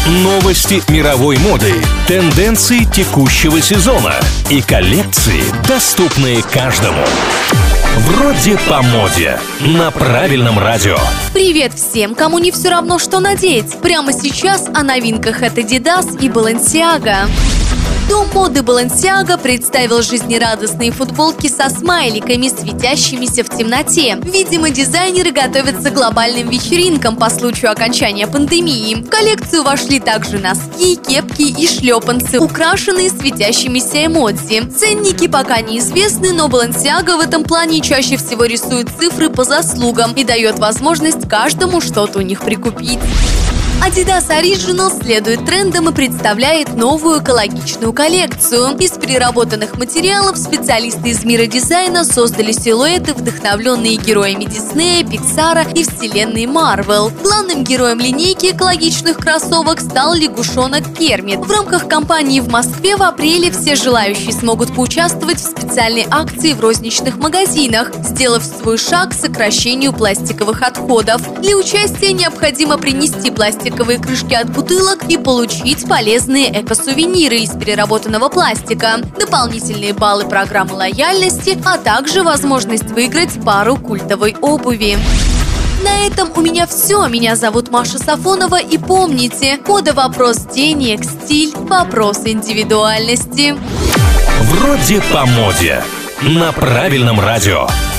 Новости мировой моды, тенденции текущего сезона и коллекции, доступные каждому. Вроде по моде. На правильном радио. Привет всем, кому не все равно, что надеть. Прямо сейчас о новинках от Adidas и Balenciaga. Дом моды Balenciaga представил жизнерадостные футболки со смайликами, светящимися в темноте. Видимо, дизайнеры готовятся к глобальным вечеринкам по случаю окончания пандемии. В коллекцию вошли также носки, кепки и шлепанцы, украшенные светящимися эмодзи. Ценники пока неизвестны, но Balenciaga в этом плане чаще всего рисует цифры по заслугам и дает возможность каждому что-то у них прикупить. Adidas Originals следует трендам и представляет новую экологичную коллекцию. Из переработанных материалов специалисты из мира дизайна создали силуэты, вдохновленные героями Диснея, Пиксара и вселенной Марвел. Главным героем линейки экологичных кроссовок стал лягушонок Кермит. В рамках кампании в Москве в апреле все желающие смогут поучаствовать в специальной акции в розничных магазинах, сделав свой шаг к сокращению пластиковых отходов. Для участия необходимо принести пластиковые крышки от бутылок и получить полезные эко-сувениры из переработанного пластика, дополнительные баллы программы лояльности, а также возможность выиграть пару культовой обуви. На этом у меня все. Меня зовут Маша Сафонова, и помните, мода — вопрос денег, стиль — вопрос индивидуальности. Вроде по моде. На правильном радио.